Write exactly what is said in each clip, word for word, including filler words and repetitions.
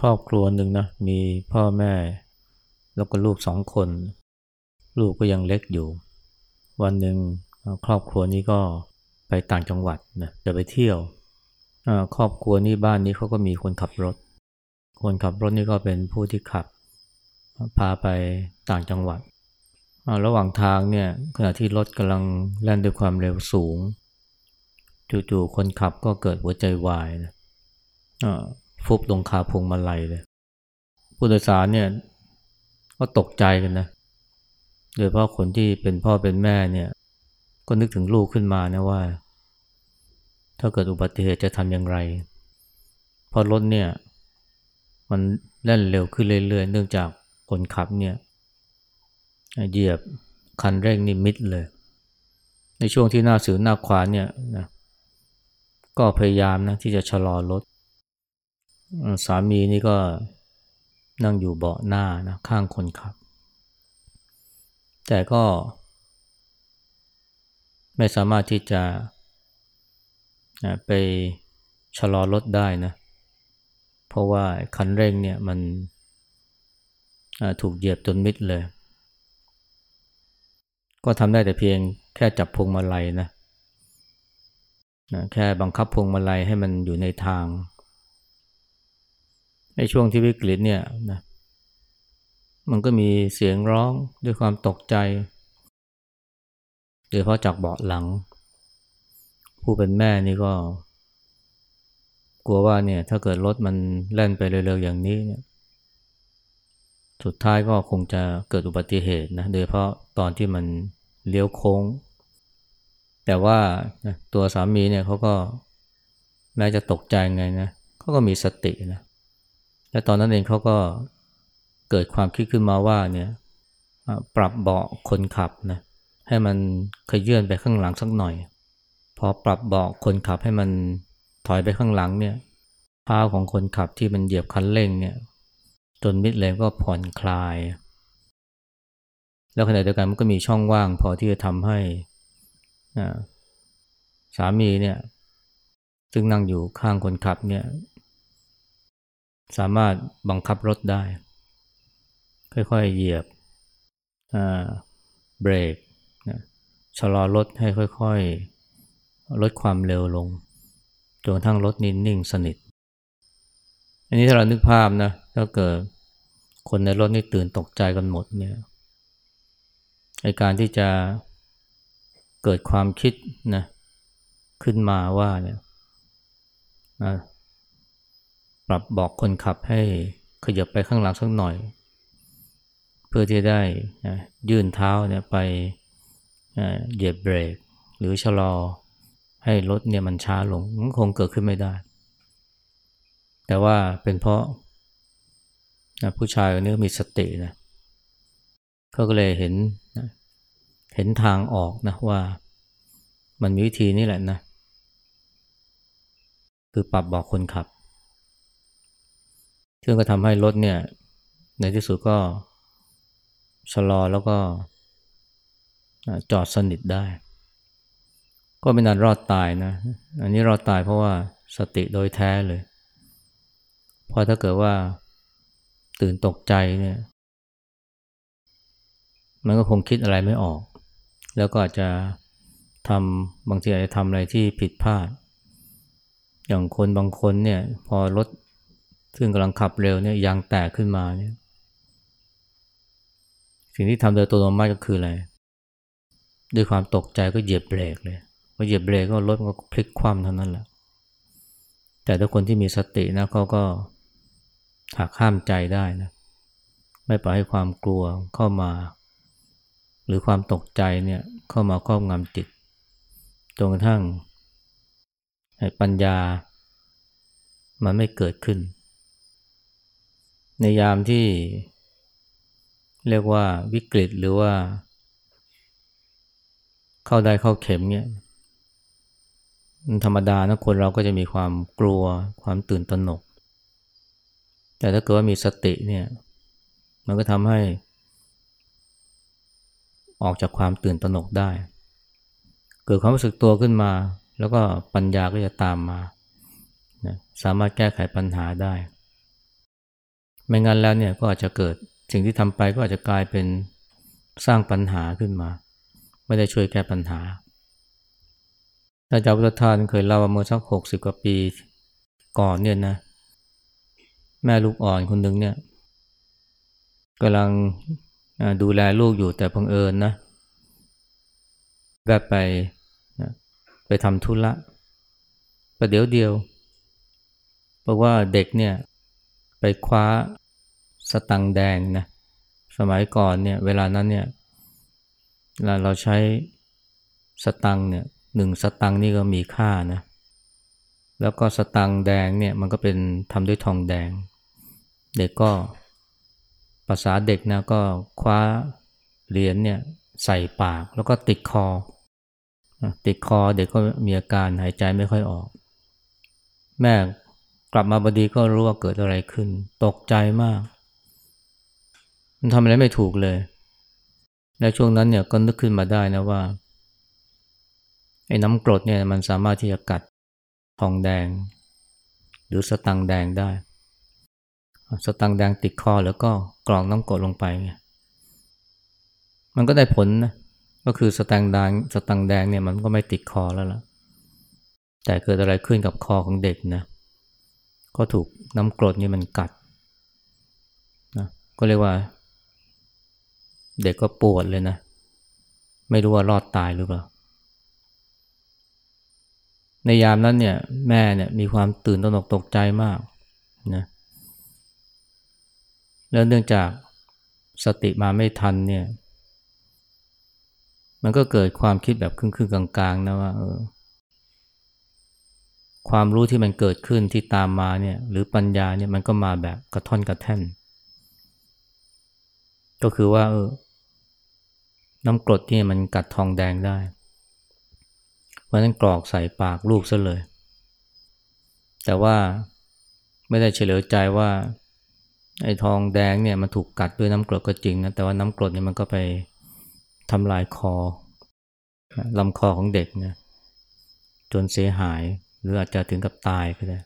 รอบครัวหนึ่งนะมีพ่อแม่แล้วก็ลูกสองคนลูกก็ยังเล็กอยู่วันหนึ่งเอ่อครอบครัวนี้ก็ไปต่างจังหวัดนะจะไปเที่ยวเอ่อครอบครัวนี้บ้านนี้เขาก็มีคนขับรถคนขับรถนี่ก็เป็นผู้ที่ขับพาไปต่างจังหวัดอ่าระหว่างทางเนี่ยขณะที่รถกำลังแล่นด้วยความเร็วสูงจู่ๆคนขับก็เกิดหัวใจวายนะเอ่อฟุบลงคาพวงมาลัยเลยผู้โดยสารเนี่ยก็ตกใจกันนะโดยเฉพาะคนที่เป็นพ่อเป็นแม่เนี่ยก็นึกถึงลูกขึ้นมานะว่าถ้าเกิดอุบัติเหตุจะทำอย่างไรเพราะรถเนี่ยมันแล่นเร็วขึ้นเรื่อยๆเนื่องจากคนขับเนี่ยเหยียบคันเร่งนี่มิดเลยในช่วงที่หน้าสิวหน้าขวานเนี่ยนะก็พยายามนะที่จะชะลอรถเอ่อสามีนี่ก็นั่งอยู่เบาะหน้านะข้างคนขับแต่ก็ไม่สามารถที่จะนะไปชะลอรถได้นะเพราะว่าคันเร่งเนี่ยมันอ่าถูกเหยียบจนมิดเลยก็ทำได้แต่เพียงแค่จับพวงมาลัยนะนะแค่บังคับพวงมาลัยให้มันอยู่ในทางในช่วงที่วิกฤตเนี่ยนะมันก็มีเสียงร้องด้วยความตกใจโดยเฉพาะจากเบาะหลังผู้เป็นแม่นี่ก็กลัวว่าเนี่ยถ้าเกิดรถมันแล่นไปเร็วๆอย่างนี้เนี่ยสุดท้ายก็คงจะเกิดอุบัติเหตุนะโดยเฉพาะตอนที่มันเลี้ยวโค้งแต่ว่านะตัวสามีเนี่ยเขาก็แม้จะตกใจไงนะเขาก็มีสตินะและตอนนั้นเองเขาก็เกิดความคิดขึ้นมาว่าเนี่ยอ่าปรับเบาะคนขับนะให้มันขยื่นไปข้างหลังสักหน่อยพอปรับเบาะคนขับให้มันถอยไปข้างหลังเนี่ยเท้าของคนขับที่มันเหยียบคันเร่งเนี่ยจนมิดเลยก็ผ่อนคลายแล้วขณะเดียวกันมันก็มีช่องว่างพอที่จะทำให้อ่าสามีเนี่ยซึ่งนั่งอยู่ข้างคนขับเนี่ยสามารถบังคับรถได้ค่อยๆเหยียบอ่าเบรกนะชะลอรถให้ค่อยๆลดความเร็วลงจนกระทั่งรถนิ่งๆสนิทอันนี้ถ้าเรานึกภาพนะถ้าเกิดคนในรถนี่ตื่นตกใจกันหมดเนี่ยในการที่จะเกิดความคิดนะขึ้นมาว่าเนี่ยนะปรับเบอกคนขับให้ขยับไปข้างหลังสักหน่อยเพื่อที่ได้นะยื่นเท้าเนี่ยไปอ่าเหยียบเบรกหรือชะลอให้รถเนี่ยมันช้าลงมันคงเกิดขึ้นไม่ได้แต่ว่าเป็นเพราะนะผู้ชายคนนี้มีสตินะเขาก็เลยเห็นนะเห็นทางออกนะว่ามันมีวิธีนี้แหละนะคือปรับเบาะคนขับซึ่งก็ทำให้รถเนี่ยในที่สุดก็ชะลอแล้วก็อ่าจอดสนิทได้ก็ไม่นานรอดตายนะอันนี้รอดตายเพราะว่าสติโดยแท้เลยเพราะถ้าเกิดว่าตื่นตกใจเนี่ยมันก็คงคิดอะไรไม่ออกแล้วก็อาจจะทำบางทีอาจจะทำอะไรที่ผิดพลาดอย่างคนบางคนเนี่ยพอรถซึ่งกำลังขับเร็วเนี่ยยางแตกขึ้นมาเนี่ยสิ่งที่ทำโดยอัตโนมัติก็คืออะไรด้วยความตกใจก็เหยียบเบรกเลยพอเหยียบเบรกก็รถมันก็พลิกคว่ำเท่านั้นแหละแต่ถ้าคนที่มีสตินะเขาก็หักห้ามใจได้นะไม่ปล่อยให้ความกลัวเข้ามาหรือความตกใจเนี่ยเข้ามาครอบงำจิตจนกระทั่งให้ปัญญามันไม่เกิดขึ้นในยามที่เรียกว่าวิกฤตหรือว่าเข้าได้เข้าเข็มเนี่ยธรรมดานะคนเราก็จะมีความกลัวความตื่นตระหนกแต่ถ้าเกิดว่ามีสติเนี่ยมันก็ทำให้ออกจากความตื่นตระหนกได้เกิดความรู้สึกตัวขึ้นมาแล้วก็ปัญญาก็จะตามมานะสามารถแก้ไขปัญหาได้ไม่งั้นแล้วเนี่ยก็อาจจะเกิดสิ่งที่ทำไปก็อาจจะกลายเป็นสร้างปัญหาขึ้นมาไม่ได้ช่วยแก้ปัญหาอาจารย์พุทธทาสเคยเล่าว่าเมื่อสักหกสิบกว่าปีก่อนเนี่ยนะแม่ลูกอ่อนคนหนึ่งเนี่ยกำลังดูแลลูกอยู่แต่บังเอิญนะแวะไปนะไปทำธุระประเดี๋ยวเดียวเพราะว่าเด็กเนี่ยไปคว้าสตังค์แดงนะสมัยก่อนเนี่ยเวลานั้นเนี่ยเราเราใช้สตังค์เนี่ยหนึ่งสตังค์นี่ก็มีค่านะแล้วก็สตังค์แดงเนี่ยมันก็เป็นทำด้วยทองแดงเด็กก็ภาษาเด็กนะก็คว้าเหรียญเนี่ยใส่ปากแล้วก็ติดคอติดคอเด็กก็มีอาการหายใจไม่ค่อยออกแม่กลับมาบดีก็รู้ว่าเกิดอะไรขึ้นตกใจมากมันทำอะไรไม่ถูกเลยและช่วงนั้นเนี่ยก็นึกขึ้นมาได้นะว่าไอ้น้ำกรดเนี่ยมันสามารถที่จะกัดทองแดงหรือสตังค์แดงได้สตังค์แดงติดคอแล้วก็กรอกน้ำกรดลงไปไงมันก็ได้ผลนะก็คือสตังค์แดงสตังค์แดงเนี่ยมันก็ไม่ติดคอแล้วล่ะแต่เกิดอะไรขึ้นกับคอของเด็กนะก็ถูกน้ำกรดนี่มันกัดนะก็เรียกว่าเด็กก็ปวดเลยนะไม่รู้ว่ารอดตายหรือเปล่าในยามนั้นเนี่ยแม่เนี่ยมีความตื่นตระหนกตกใจมากนะแล้วเนื่องจากสติมาไม่ทันเนี่ยมันก็เกิดความคิดแบบครึ่งๆกลางๆนะว่าเออความรู้ที่มันเกิดขึ้นที่ตามมาเนี่ยหรือปัญญาเนี่ยมันก็มาแบบกระท่อนกระแท่นก็คือว่าเออน้ำกรดที่มันกัดทองแดงได้เพราะนั้นกรอกใส่ปากลูกซะเลยแต่ว่าไม่ได้เฉลียวใจว่าไอ้ทองแดงเนี่ยมันถูกกัดด้วยน้ำกรดก็จริงนะแต่ว่าน้ำกรดเนี่ยมันก็ไปทำลายคอลำคอของเด็กนะจนเสียหายหรืออาจจะถึงกับตายก็ได้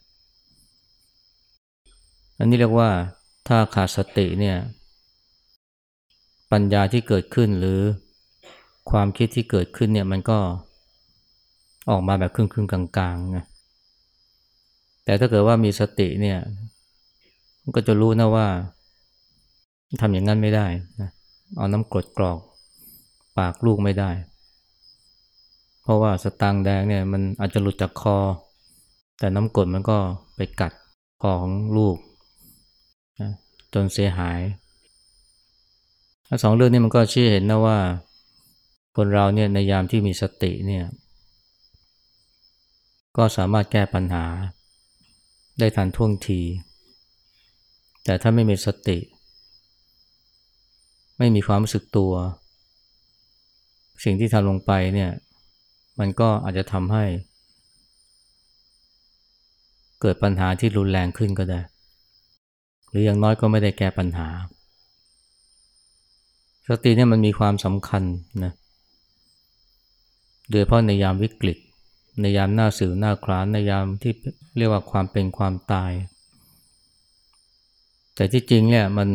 อันนี้เรียกว่าถ้าขาดสติเนี่ยปัญญาที่เกิดขึ้นหรือความคิดที่เกิดขึ้นเนี่ยมันก็ออกมาแบบครึ่งๆกลางๆนะแต่ถ้าเกิดว่ามีสติเนี่ยมันก็จะรู้นะว่าทำอย่างนั้นไม่ได้นะเอาน้ำกรดกรอกปากลูกไม่ได้เพราะว่าสตางค์แดงเนี่ยมันอาจจะหลุดจากคอแต่น้ำกรดมันก็ไปกัดคอของลูกนะจนเสียหายทั้งสองเรื่องนี้มันก็ชี้เห็นนะว่าคนเราเนี่ยในยามที่มีสติเนี่ยก็สามารถแก้ปัญหาได้ทันท่วงทีแต่ถ้าไม่มีสติไม่มีความรู้สึกตัวสิ่งที่ทำลงไปเนี่ยมันก็อาจจะทำให้เกิดปัญหาที่รุนแรงขึ้นก็ได้หรืออย่างน้อยก็ไม่ได้แก้ปัญหาสติเนี่ยมันมีความสำคัญนะโดยเฉพาะในยามวิกฤตในยามหน้าสิวหน้าคร้านในยามที่เรียกว่าความเป็นความตายแต่ที่จริงเนี่ยมัน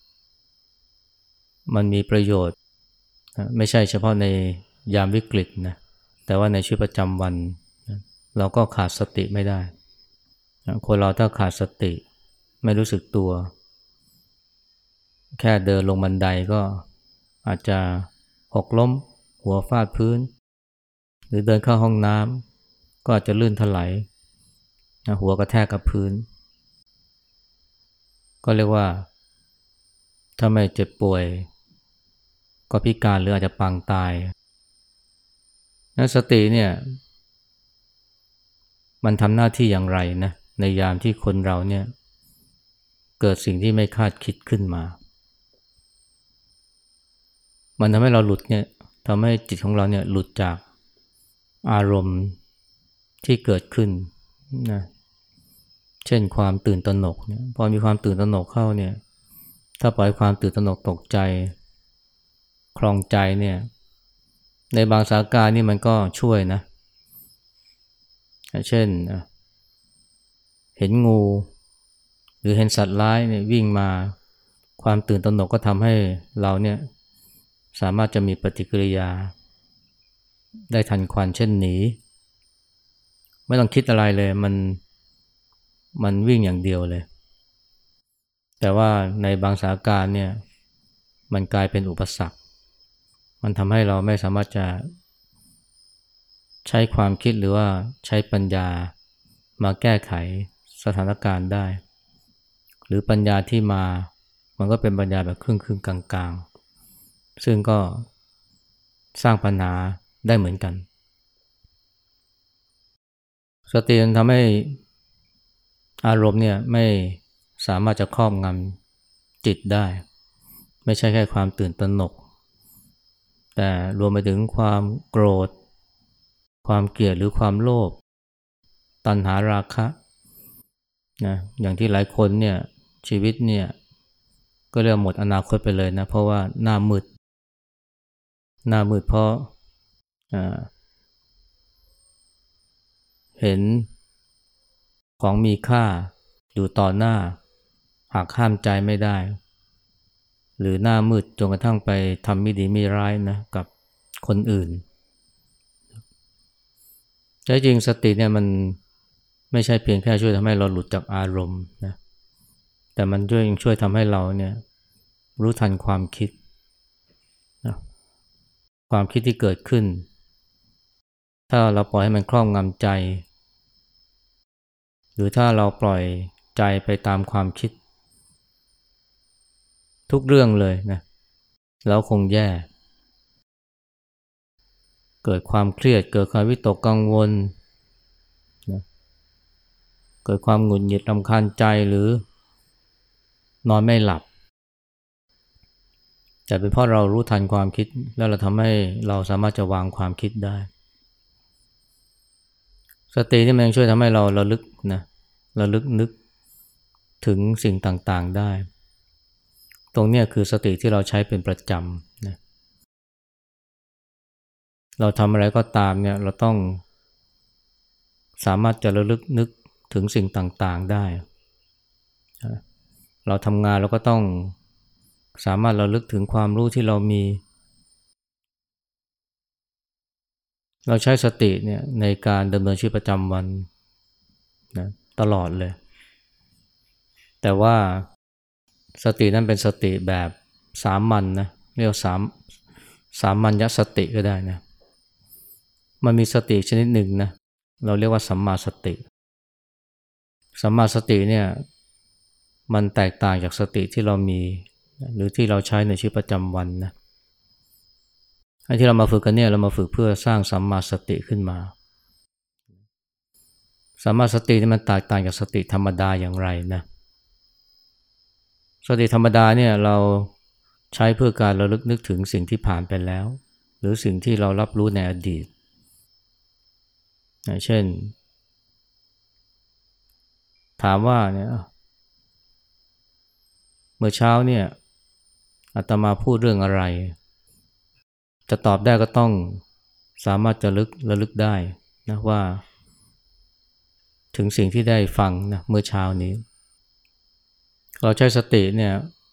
มันมีประโยชน์ไม่ใช่เฉพาะในยามวิกฤตนะแต่ว่าในชีวิตประจำวันเราก็ขาดสติไม่ได้คนเราถ้าขาดสติไม่รู้สึกตัวแค่เดินลงบันไดก็อาจจะหกล้มหัวฟาดพื้นหรือเดินเข้าห้องน้ำก็อาจจะลื่นถลายหัวกระแทกกับพื้นก็เรียกว่าถ้าไม่เจ็บป่วยก็พิการหรืออาจจะปางตายนั้นสติเนี่ยมันทำหน้าที่อย่างไรนะในยามที่คนเราเนี่ยเกิดสิ่งที่ไม่คาดคิดขึ้นมามันทำให้เราหลุดเนี่ยทำให้จิตของเราเนี่ยหลุดจากอารมณ์ที่เกิดขึ้นนะเช่นความตื่นตระหนกเนี่ยพอมีความตื่นตระหนกเข้าเนี่ยถ้าปล่อยความตื่นตระหนกตกใจคลองใจเนี่ยในบางสถานการณ์นี่มันก็ช่วยนะเช่นเห็นงูหรือเห็นสัตว์ร้ายเนี่ยวิ่งมาความตื่นตระหนกก็ทำให้เราเนี่ยสามารถจะมีปฏิกิริยาได้ทันควันเช่นหนีไม่ต้องคิดอะไรเลยมันมันวิ่งอย่างเดียวเลยแต่ว่าในบางสถานการณ์เนี่ยมันกลายเป็นอุปสรรคมันทำให้เราไม่สามารถจะใช้ความคิดหรือว่าใช้ปัญญามาแก้ไขสถานการณ์ได้หรือปัญญาที่มามันก็เป็นปัญญาแบบครึ่งๆกลางๆซึ่งก็สร้างปัญหาได้เหมือนกันสติมันทำให้อารมณ์เนี่ยไม่สามารถจะครอบงำจิตได้ไม่ใช่แค่ความตื่นตระหนกแต่รวมไปถึงความโกรธความเกลียดหรือความโลภตัณหาราคะนะอย่างที่หลายคนเนี่ยชีวิตเนี่ยก็เรียกหมดอนาคตไปเลยนะเพราะว่าหน้ามืดหน้ามืดเพราะอ่าเห็นของมีค่าอยู่ต่อหน้าหากห้ามใจไม่ได้หรือหน้ามืดจนกระทั่งไปทำไม่ดีไม่ร้ายนะกับคนอื่นแต่จริงสติเนี่ยมันไม่ใช่เพียงแค่ช่วยทำให้เราหลุดจากอารมณ์นะแต่มันช่วยยังช่วยทำให้เราเนี่ยรู้ทันความคิดนะความคิดที่เกิดขึ้นถ้าเราปล่อยให้มันครอบงำใจหรือถ้าเราปล่อยใจไปตามความคิดทุกเรื่องเลยนะแล้วคงแย่เกิดความเครียดเกิดความวิตกกังวลนะเกิดความหงุดหงิดรำคาญใจหรือนอนไม่หลับแต่เป็นเพราะเรารู้ทันความคิดแล้วเราทำให้เราสามารถจะวางความคิดได้สตินี่มันช่วยทำให้เราระลึกนะระลึกนึกถึงสิ่งต่างๆได้ตรงนี้คือสติที่เราใช้เป็นประจำนะเราทำอะไรก็ตามเนี่ยเราต้องสามารถจะระลึกนึกถึงสิ่งต่างๆได้เราทำงานเราก็ต้องสามารถระลึกถึงความรู้ที่เรามีเราใช้สติเนี่ยในการดำเนินชีวิตประจำวันนะตลอดเลยแต่ว่าสตินั้นเป็นสติแบบสามัญ น, นะเรียกสามสามัญญสติก็ได้นะมันมีสติชนิดหนึ่งนะเราเรียกว่าสัมมาสติสัมมาสติเนี่ยมันแตกต่างจากสติที่เรามีหรือที่เราใช้ในชีวิตประจำวันนะไอ้ที่เรามาฝึกกันเนี่ยเรามาฝึกเพื่อสร้างสัมมาสติขึ้นมาสัมมาสตินี่มันแตกต่างจากสติธรรมดาอย่างไรนะสติธรรมดาเนี่ยเราใช้เพื่อการระลึกนึกถึงสิ่งที่ผ่านไปแล้วหรือสิ่งที่เรารับรู้ในอดีตเช่นถามว่าเนี่ยเมื่อเช้าเนี่ยอาตมาพูดเรื่องอะไรจะตอบได้ก็ต้องสามารถจะลึกระลึกได้นะว่าถึงสิ่งที่ได้ฟังนะเมื่อเช้านี้เราใช้สติเนี่ย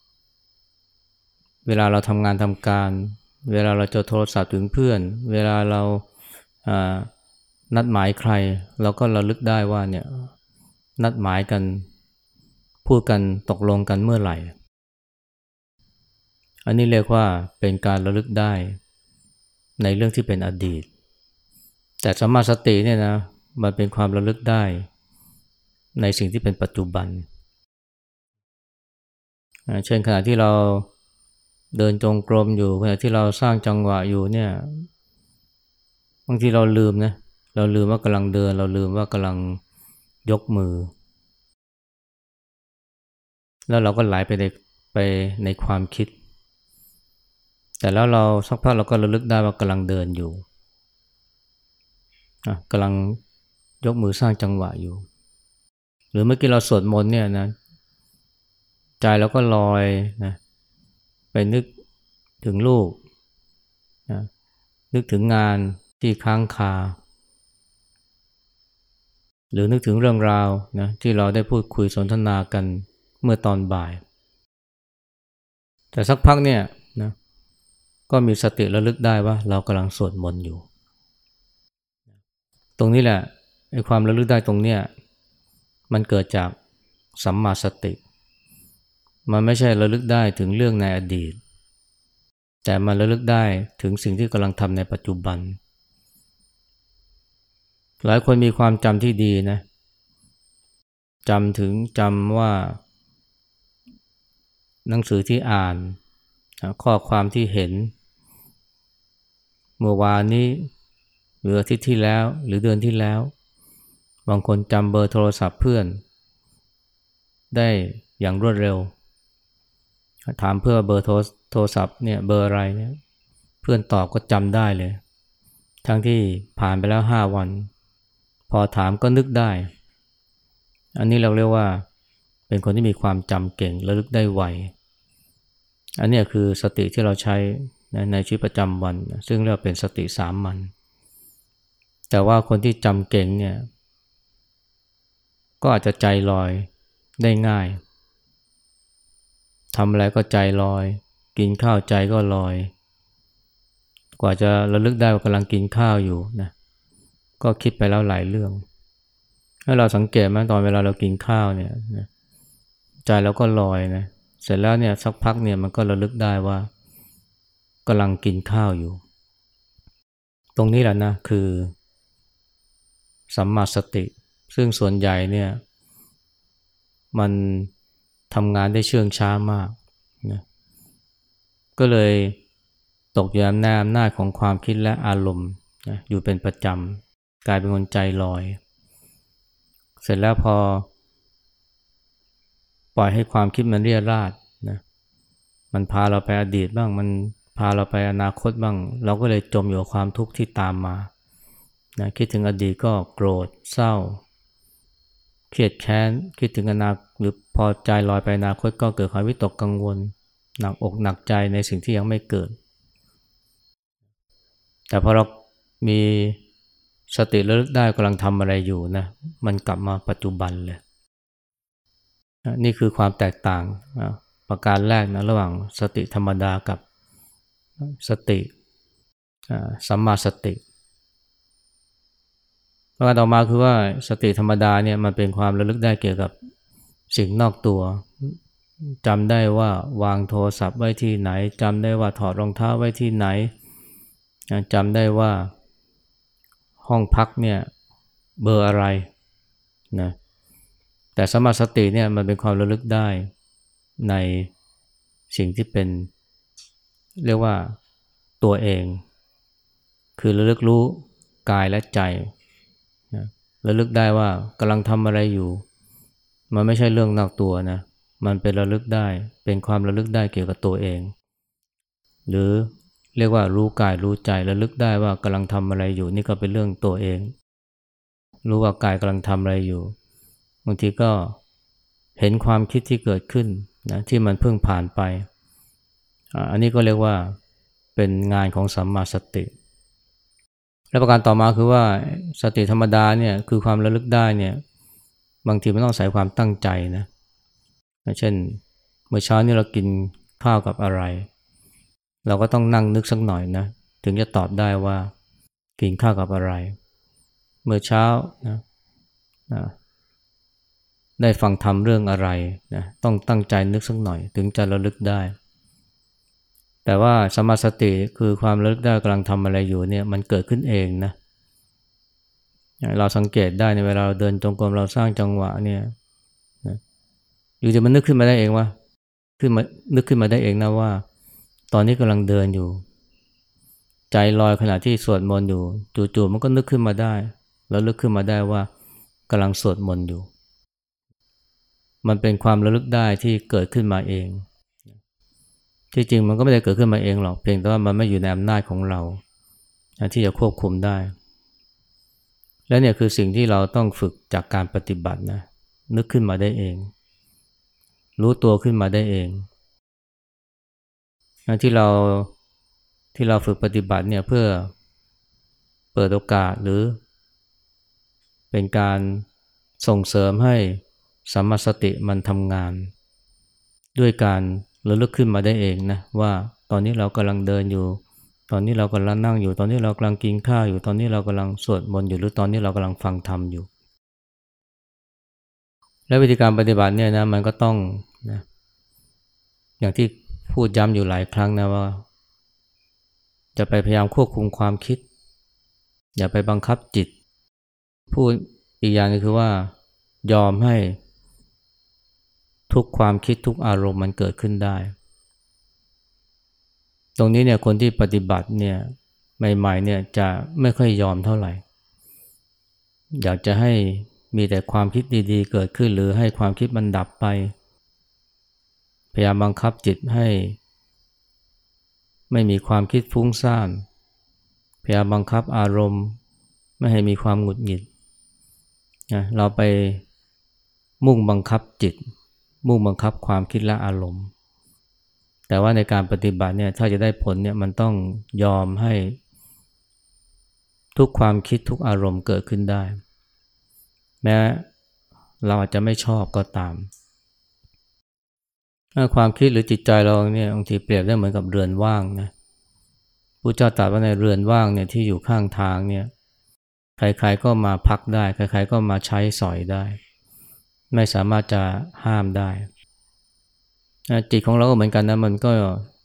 เวลาเราทำงานทำการเวลาเราจะโทรศัพท์ถึงเพื่อนเวลาเราอ่านัดหมายใครเราก็ระลึกได้ว่าเนี่ยนัดหมายกันพูดกันตกลงกันเมื่อไหร่อันนี้เรียกว่าเป็นการระลึกได้ในเรื่องที่เป็นอดีตแต่สัมมาสติเนี่ยนะมันเป็นความระลึกได้ในสิ่งที่เป็นปัจจุบันเช่นขณะที่เราเดินจงกรมอยู่ขณะที่เราสร้างจังหวะอยู่เนี่ยบางทีเราลืมนะเราลืมว่ากำลังเดินเราลืมว่ากำลังยกมือแล้วเราก็ไหลไปในไปในความคิดแต่แล้วเราสักพักเราก็ระลึกได้ว่ากำลังเดินอยู่กำลังยกมือสร้างจังหวะอยู่หรือเมื่อกี้เราสวดมนต์เนี่ยนะใจเราก็ลอยนะไปนึกถึงลูกนะนึกถึงงานที่ค้างคาหรือนึกถึงเรื่องราวนะที่เราได้พูดคุยสนทนากันเมื่อตอนบ่ายแต่สักพักเนี่ยนะก็มีสติระลึกได้ว่าเรากำลังสวดมนต์อยู่ตรงนี้แหละไอ้ความระลึกได้ตรงเนี้ยมันเกิดจากสัมมาสติมันไม่ใช่ระลึกได้ถึงเรื่องในอดีตแต่มันระลึกได้ถึงสิ่งที่กำลังทำในปัจจุบันหลายคนมีความจำที่ดีนะจำถึงจำว่าหนังสือที่อ่านข้อความที่เห็นเมื่อวานนี้หรืออาทิตย์ที่แล้วหรือเดือนที่แล้วบางคนจำเบอร์โทรศัพท์เพื่อนได้อย่างรวดเร็วถามเพื่อเบอร์โทรโทรศัพท์เนี่ยเบอร์อะไรเนี่ยเพื่อนตอบก็จำได้เลยทั้งที่ผ่านไปแล้วห้าวันพอถามก็นึกได้อันนี้เราเรียกว่าเป็นคนที่มีความจำเก่งระลึกได้ไวอันนี้คือสติที่เราใช้ในในชีวิตประจำวันซึ่งเรียกว่าเป็นสติสามัญแต่ว่าคนที่จำเก่งเนี่ยก็อาจจะใจลอยได้ง่ายทำอะไรก็ใจลอยกินข้าวใจก็ลอยกว่าจะระลึกได้ว่ากำลังกินข้าวอยู่นะก็คิดไปแล้วหลายเรื่องถ้าเราสังเกตไหมตอนเวลาเรากินข้าวเนี่ยใจเราก็ลอยนะเสร็จแล้วเนี่ยสักพักเนี่ยมันก็ระลึกได้ว่ากำลังกินข้าวอยู่ตรงนี้แหละนะคือสัมมาสติซึ่งส่วนใหญ่เนี่ยมันทำงานได้เชื่องช้ามากนะก็เลยตกอยู่ในอำนาจของความคิดและอารมณ์นะอยู่เป็นประจำกลายเป็นคนใจลอยเสร็จแล้วพอปล่อยให้ความคิดมันเรี่ยราดนะมันพาเราไปอดีตบ้างมันพาเราไปอนาคตบ้างเราก็เลยจมอยู่กับความทุกข์ที่ตามมานะคิดถึงอดีตก็โกรธเศร้าเครียดแค้นคิดถึงอนาคตหรือพอใจลอยไปอนาคตก็เกิดความวิตกกังวลหนักอกหนักใจในสิ่งที่ยังไม่เกิดแต่พอเรามีสติระลึกได้กำลังทำอะไรอยู่นะมันกลับมาปัจจุบันเลยนี่คือความแตกต่างประการแรกนะระหว่างสติธรรมดากับสติสัมมาสติประการต่อมาคือว่าสติธรรมดาเนี่ยมันเป็นความระลึกได้เกี่ยวกับสิ่งนอกตัวจำได้ว่าวางโทรศัพท์ไว้ที่ไหนจำได้ว่าถอดรองเท้าไว้ที่ไหนจำได้ว่าห้องพักเนี่ยเบอร์อะไรนะแต่สัมมาสติเนี่ยมันเป็นความระลึกได้ในสิ่งที่เป็นเรียกว่าตัวเองคือระลึกรู้กายและใจนะระลึกได้ว่ากำลังทำอะไรอยู่มันไม่ใช่เรื่องนอกตัวนะมันเป็นระลึกได้เป็นความระลึกได้เกี่ยวกับตัวเองหรือเรียกว่ารู้กายรู้ใจระลึกได้ว่ากำลังทำอะไรอยู่นี่ก็เป็นเรื่องตัวเองรู้ว่ากายกำลังทำอะไรอยู่บางทีก็เห็นความคิดที่เกิดขึ้นนะที่มันเพิ่งผ่านไปอันนี้ก็เรียกว่าเป็นงานของสัมมาสติและประการต่อมาคือว่าสติธรรมดาเนี่ยคือความระลึกได้เนี่ยบางทีมันต้องใส่ความตั้งใจนะเช่นเมื่อเช้านี้เรากินข้าวกับอะไรเราก็ต้องนั่งนึกสักหน่อยนะถึงจะตอบได้ว่ากินข้าวกับอะไรเมื่อเช้านะนะได้ฟังธรรมเรื่องอะไรนะต้องตั้งใจนึกสักหน่อยถึงจะระลึกได้แต่ว่าสัมมาสติคือความระลึกได้กำลังทำอะไรอยู่เนี่ยมันเกิดขึ้นเองนะเราสังเกตได้ในเวลาเราเดินจงกรมเราสร้างจังหวะเนี่ยนะอยู่จะมันนึกขึ้นมาได้เองว่าขึ้นมานึกขึ้นมาได้เองนะว่าตอนนี้กำลังเดินอยู่ใจลอยขณะที่สวดมนต์อยู่จู่ๆมันก็นึกขึ้นมาได้แล้วลึกขึ้นมาได้ว่ากำลังสวดมนต์อยู่มันเป็นความระลึกได้ที่เกิดขึ้นมาเองที่จริงมันก็ไม่ได้เกิดขึ้นมาเองหรอกเพียงแต่ว่ามันไม่อยู่ในอำนาจของเราที่จะควบคุมได้และเนี่ยคือสิ่งที่เราต้องฝึกจากการปฏิบัตินะนึกขึ้นมาได้เองรู้ตัวขึ้นมาได้เองที่เราที่เราฝึกปฏิบัติเนี่ยเพื่อเปิดโอกาสหรือเป็นการส่งเสริมให้สัมมาสติมันทำงานด้วยการระลึกขึ้นมาได้เองนะว่าตอนนี้เรากำลังเดินอยู่ตอนนี้เรากำลังนั่งอยู่ตอนนี้เรากำลังกินข้าวอยู่ตอนนี้เรากำลังสวดมนต์อยู่หรือตอนนี้เรากำลังฟังธรรมอยู่และวิธีการปฏิบัติเนี่ยนะมันก็ต้องนะอย่างที่พูดย้ำอยู่หลายครั้งนะว่าจะไปพยายามควบคุมความคิดอย่าไปบังคับจิตพูดอีกอย่างนึงคือว่ายอมให้ทุกความคิดทุกอารมณ์มันเกิดขึ้นได้ตรงนี้เนี่ยคนที่ปฏิบัติเนี่ยใหม่ๆเนี่ยจะไม่ค่อยยอมเท่าไหร่อยากจะให้มีแต่ความคิดดีๆเกิดขึ้นหรือให้ความคิดมันดับไปพยายามบังคับจิตให้ไม่มีความคิดฟุ้งซ่านพยายามบังคับอารมณ์ไม่ให้มีความหงุดหงิดนะเราไปมุ่งบังคับจิตมุ่งบังคับความคิดและอารมณ์แต่ว่าในการปฏิบัติเนี่ยถ้าจะได้ผลเนี่ยมันต้องยอมให้ทุกความคิดทุกอารมณ์เกิดขึ้นได้แม้เราอาจจะไม่ชอบก็ตามความคิดหรือจิตใจเราเนี่ยบางทีเปรียบได้เหมือนกับเรือนว่างนะพุทธเจ้าตรัสว่าในเรือนว่างเนี่ยที่อยู่ข้างทางเนี่ยใครๆก็มาพักได้ใครๆก็มาใช้สอยได้ไม่สามารถจะห้ามได้จิตของเราก็เหมือนกันนะมันก็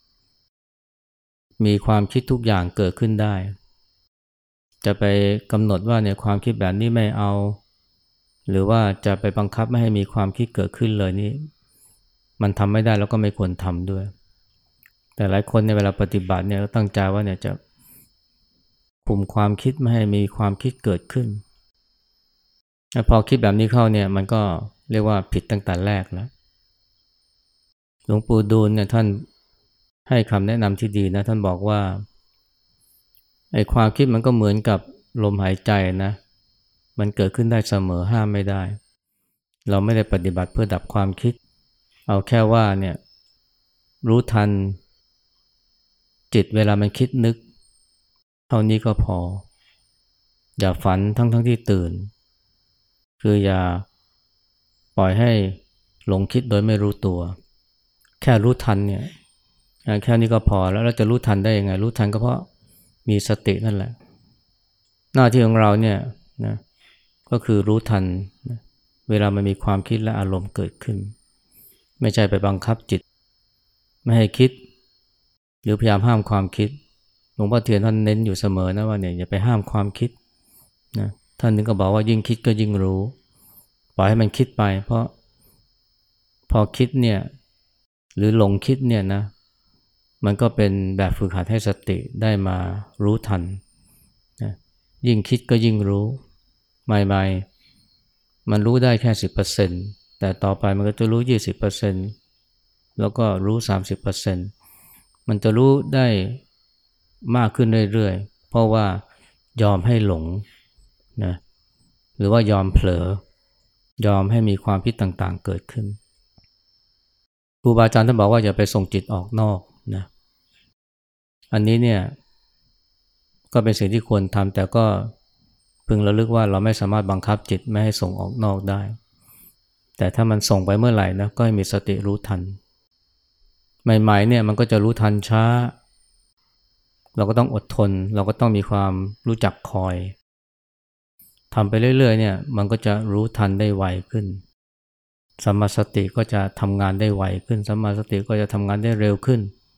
มีความคิดทุกอย่างเกิดขึ้นได้จะไปกำหนดว่าเนี่ยความคิดแบบนี้ไม่เอาหรือว่าจะไปบังคับไม่ให้มีความคิดเกิดขึ้นเลยนี่มันทำไม่ได้แล้วก็ไม่ควรทำด้วยแต่หลายคนในเวลาปฏิบัติเนี่ยก็ตั้งใจว่าเนี่ยจะคุมความคิดไม่ให้มีความคิดเกิดขึ้นพอคิดแบบนี้เข้าเนี่ยมันก็เรียกว่าผิดตั้งแต่แรกแล้วหลวงปู่ดูลเนี่ยท่านให้คำแนะนำที่ดีนะท่านบอกว่าไอ้ความคิดมันก็เหมือนกับลมหายใจนะมันเกิดขึ้นได้เสมอห้ามไม่ได้เราไม่ได้ปฏิบัติเพื่อดับความคิดเอาแค่ว่าเนี่ยรู้ทันจิตเวลามันคิดนึกเท่านี้ก็พออย่าฝันทั้งทั้งที่ตื่นคืออย่าปล่อยให้หลงคิดโดยไม่รู้ตัวแค่รู้ทันเนี่ยแค่นี้ก็พอแล้วเราจะรู้ทันได้ยังไงรู้ทันก็เพราะมีสตินั่นแหละหน้าที่ของเราเนี่ยนะก็คือรู้ทันนะเวลามันมีความคิดและอารมณ์เกิดขึ้นไม่ใช่ไปบังคับจิตไม่ให้คิดหรือพยายามห้ามความคิดหลวงพ่อเทียนท่านเน้นอยู่เสมอนะว่าเนี่ยอย่าไปห้ามความคิดนะท่านนึงก็บอกว่ายิ่งคิดก็ยิ่งรู้ปล่อยให้มันคิดไปเพราะพอคิดเนี่ยหรือหลงคิดเนี่ยนะมันก็เป็นแบบฝึกหัดให้สติได้มารู้ทันนะยิ่งคิดก็ยิ่งรู้ใหม่ๆมันรู้ได้แค่ สิบเปอร์เซ็นต์ แต่ต่อไปมันก็จะรู้ ยี่สิบเปอร์เซ็นต์ แล้วก็รู้ สามสิบเปอร์เซ็นต์ มันจะรู้ได้มากขึ้นเรื่อยๆเพราะว่ายอมให้หลงนะหรือว่ายอมเผลอยอมให้มีความคิดต่างๆเกิดขึ้นครูบาอาจารย์ท่านบอกว่าอย่าไปส่งจิตออกนอกนะอันนี้เนี่ยก็เป็นสิ่งที่ควรทำแต่ก็พึงระลึกว่าเราไม่สามารถบังคับจิตไม่ให้ส่งออกนอกได้แต่ถ้ามันส่งไปเมื่อไหร่นะก็ให้มีสติรู้ทันใหม่ๆเนี่ยมันก็จะรู้ทันช้าเราก็ต้องอดทนเราก็ต้องมีความรู้จักคอยทำไปเรื่อยๆเนี่ยมันก็จะรู้ทันได้ไวขึ้นสัมมาสติก็จะทำงานได้ไวขึ้นสัมมาสติก็จะทำงานได้เร็วขึ้น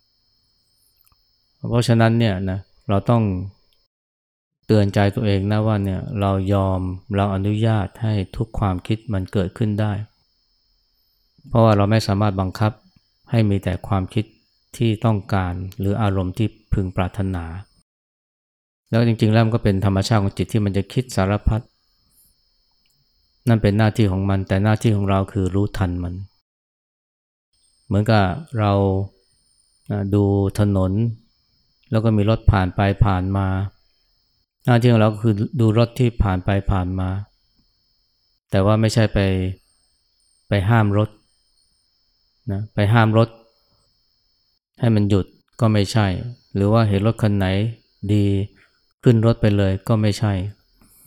เพราะฉะนั้นเนี่ยนะเราต้องเตือนใจตัวเองนะว่าเนี่ยเรายอมเราอนุญาตให้ทุกความคิดมันเกิดขึ้นได้เพราะว่าเราไม่สามารถบังคับให้มีแต่ความคิดที่ต้องการหรืออารมณ์ที่พึงปรารถนาแล้วจริงๆแล้วมันก็เป็นธรรมชาติของจิตที่มันจะคิดสารพัดนั่นเป็นหน้าที่ของมันแต่หน้าที่ของเราคือรู้ทันมันเหมือนกับเราดูถนนแล้วก็มีรถผ่านไปผ่านมาหน้าที่ของเราก็คือดูรถที่ผ่านไปผ่านมาแต่ว่าไม่ใช่ไปไปห้ามรถนะไปห้ามรถให้มันหยุดก็ไม่ใช่หรือว่าเห็นรถคันไหนดีขึ้นรถไปเลยก็ไม่ใช่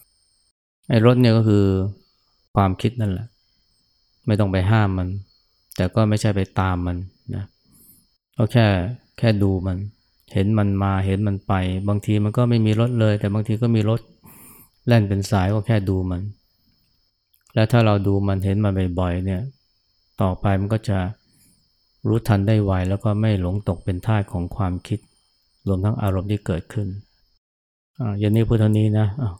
ไอ้รถเนี่ยก็คือความคิดนั่นแหละไม่ต้องไปห้ามมันแต่ก็ไม่ใช่ไปตามมันนะก็แค่แค่ดูมันเห็นมันมาเห็นมันไปบางทีมันก็ไม่มีรถเลยแต่บางทีก็มีรถแล่นเป็นสายก็แค่ดูมันแล้วถ้าเราดูมันเห็นมันบ่อยๆเนี่ยต่อไปมันก็จะรู้ทันได้ไวแล้วก็ไม่หลงตกเป็นทาสของความคิดรวมทั้งอารมณ์ที่เกิดขึ้นอ่าอย่างนี้พูดเท่านี้นะอ่ะ